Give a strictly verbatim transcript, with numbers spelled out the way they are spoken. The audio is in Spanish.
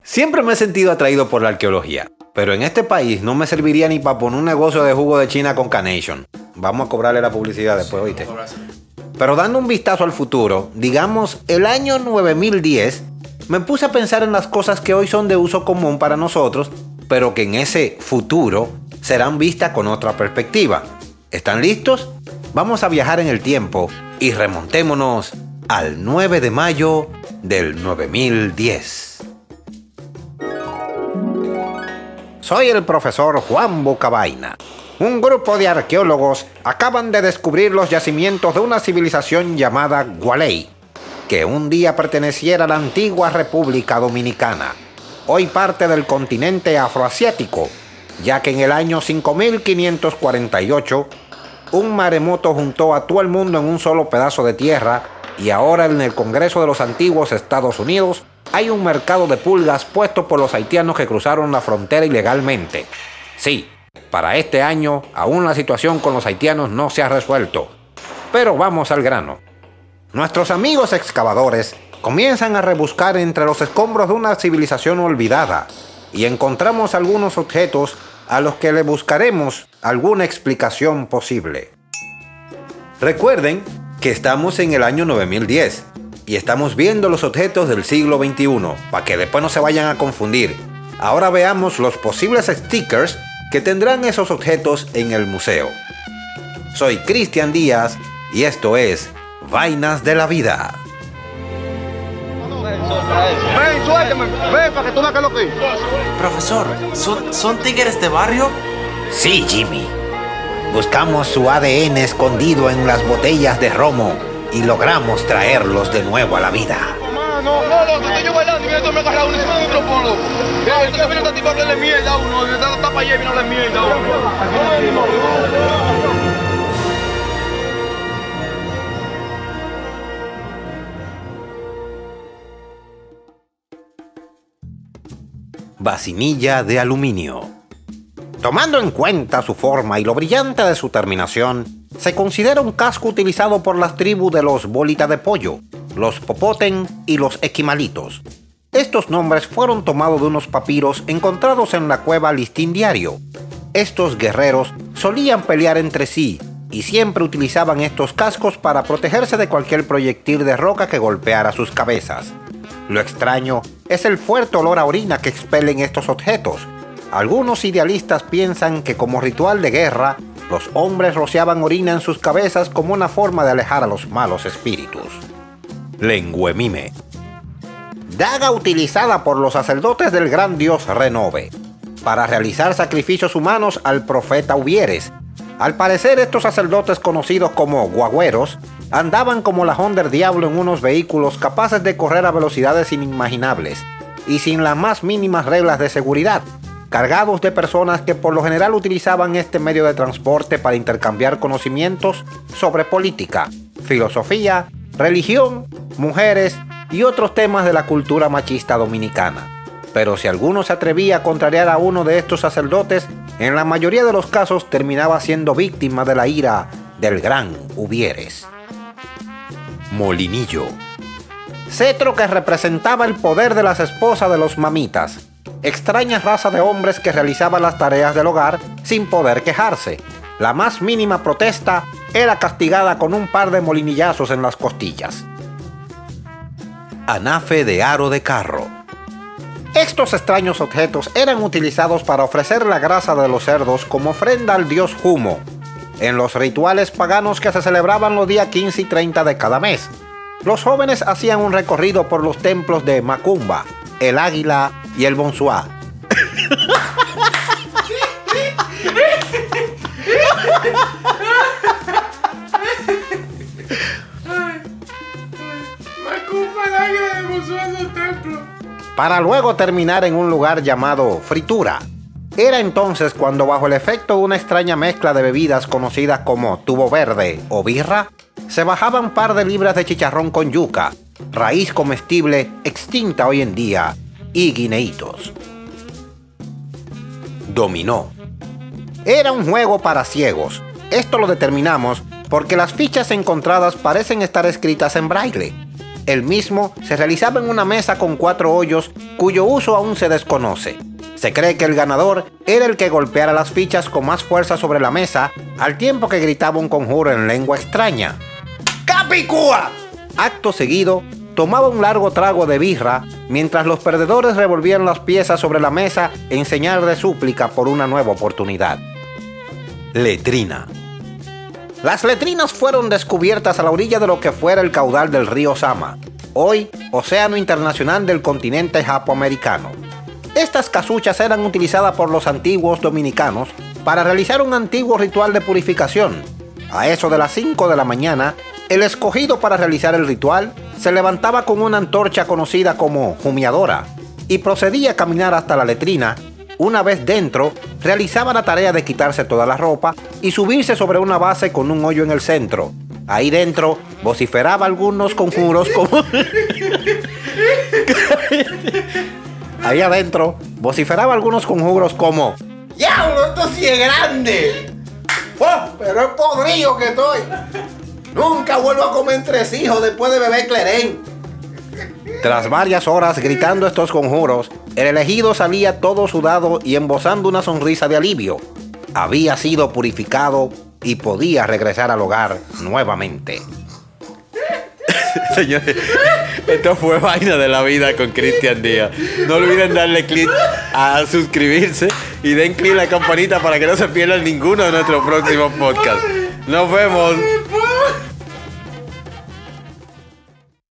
Siempre me he sentido atraído por la arqueología, pero en este país no me serviría ni para poner un negocio de jugo de China con Carnation. Vamos a cobrarle la publicidad después, ¿oíste? Pero dando un vistazo al futuro, digamos el año nueve mil diez, me puse a pensar en las cosas que hoy son de uso común para nosotros, pero que en ese futuro serán vistas con otra perspectiva. ¿Están listos? Vamos a viajar en el tiempo y remontémonos al nueve de mayo del nueve mil diez. Soy el profesor Juan Bocabaina. Un grupo de arqueólogos acaban de descubrir los yacimientos de una civilización llamada Gualey, que un día perteneciera a la antigua República Dominicana, hoy parte del continente afroasiático, ya que en el año cinco mil quinientos cuarenta y ocho, un maremoto juntó a todo el mundo en un solo pedazo de tierra y ahora en el Congreso de los antiguos Estados Unidos hay un mercado de pulgas puesto por los haitianos que cruzaron la frontera ilegalmente. Sí, para este año aún la situación con los haitianos no se ha resuelto. Pero vamos al grano. Nuestros amigos excavadores comienzan a rebuscar entre los escombros de una civilización olvidada y encontramos algunos objetos a los que le buscaremos alguna explicación posible. Recuerden que estamos en el año nueve mil diez y estamos viendo los objetos del siglo veintiuno, para que después no se vayan a confundir. Ahora veamos los posibles stickers que tendrán esos objetos en el museo. Soy Cristian Díaz y esto es Vainas de la Vida. Ven, suéltame, ven para que tú veas qué es lo que es. Profesor, ¿son, ¿son tigres de barrio? Sí, Jimmy. Buscamos su A D N escondido en las botellas de romo y logramos traerlos de nuevo a la vida. No, no, no, que estoy yo bailando y viene todo me agarra uno encima de otro polo. Entonces viene esta tipa a hablarle mierda a uno, está para allá y viene a hablarle mierda a uno. Vasinilla de aluminio. Tomando en cuenta su forma y lo brillante de su terminación, se considera un casco utilizado por las tribus de los bolita de pollo, los popoten y los equimalitos. Estos nombres fueron tomados de unos papiros encontrados en la cueva Listín Diario. Estos guerreros solían pelear entre sí y siempre utilizaban estos cascos para protegerse de cualquier proyectil de roca que golpeara sus cabezas. Lo extraño es el fuerte olor a orina que expelen estos objetos. Algunos idealistas piensan que como ritual de guerra, los hombres rociaban orina en sus cabezas como una forma de alejar a los malos espíritus. Lenguemime. Daga utilizada por los sacerdotes del gran dios Renove para realizar sacrificios humanos al profeta Hubieres. Al parecer, estos sacerdotes conocidos como guagüeros andaban como lajón del diablo en unos vehículos capaces de correr a velocidades inimaginables y sin las más mínimas reglas de seguridad, cargados de personas que por lo general utilizaban este medio de transporte para intercambiar conocimientos sobre política, filosofía, religión, mujeres y otros temas de la cultura machista dominicana. Pero si alguno se atrevía a contrariar a uno de estos sacerdotes, en la mayoría de los casos terminaba siendo víctima de la ira del gran Hubieres. Molinillo. Cetro que representaba el poder de las esposas de los mamitas, extraña raza de hombres que realizaban las tareas del hogar sin poder quejarse. La más mínima protesta era castigada con un par de molinillazos en las costillas. Anafe de aro de carro. Estos extraños objetos eran utilizados para ofrecer la grasa de los cerdos como ofrenda al dios Jumo, en los rituales paganos que se celebraban los días quince y treinta de cada mes. Los jóvenes hacían un recorrido por los templos de Macumba, el Águila y el Bonsuá. Macumba, el Águila y el Bonsuá en el templo. Para luego terminar en un lugar llamado Fritura. Era entonces cuando, bajo el efecto de una extraña mezcla de bebidas conocidas como tubo verde o birra, se bajaban un par de libras de chicharrón con yuca, raíz comestible extinta hoy en día, y guineitos. Dominó. Era un juego para ciegos. Esto lo determinamos porque las fichas encontradas parecen estar escritas en braille. El mismo se realizaba en una mesa con cuatro hoyos cuyo uso aún se desconoce. Se cree que el ganador era el que golpeara las fichas con más fuerza sobre la mesa al tiempo que gritaba un conjuro en lengua extraña. ¡Capicúa! Acto seguido, tomaba un largo trago de birra mientras los perdedores revolvían las piezas sobre la mesa en señal de súplica por una nueva oportunidad. Letrina. Las letrinas fueron descubiertas a la orilla de lo que fuera el caudal del río Sama, hoy Océano Internacional del continente japoamericano. Estas casuchas eran utilizadas por los antiguos dominicanos para realizar un antiguo ritual de purificación. A eso de las cinco de la mañana, el escogido para realizar el ritual se levantaba con una antorcha conocida como humeadora y procedía a caminar hasta la letrina. Una vez dentro, realizaba la tarea de quitarse toda la ropa y subirse sobre una base con un hoyo en el centro. Ahí dentro, vociferaba algunos conjuros como... Ahí adentro, vociferaba algunos conjuros como... ¡Diablo, esto sí es grande! ¡Oh, pero es podrido que estoy! ¡Nunca vuelvo a comer entresijos después de beber clerén! Tras varias horas gritando estos conjuros, el elegido salía todo sudado y embozando una sonrisa de alivio. Había sido purificado y podía regresar al hogar nuevamente. Señores, esto fue Vaina de la Vida con Cristian Díaz. No olviden darle clic a suscribirse y den clic a la campanita para que no se pierdan ninguno de nuestros próximos podcasts. Nos vemos.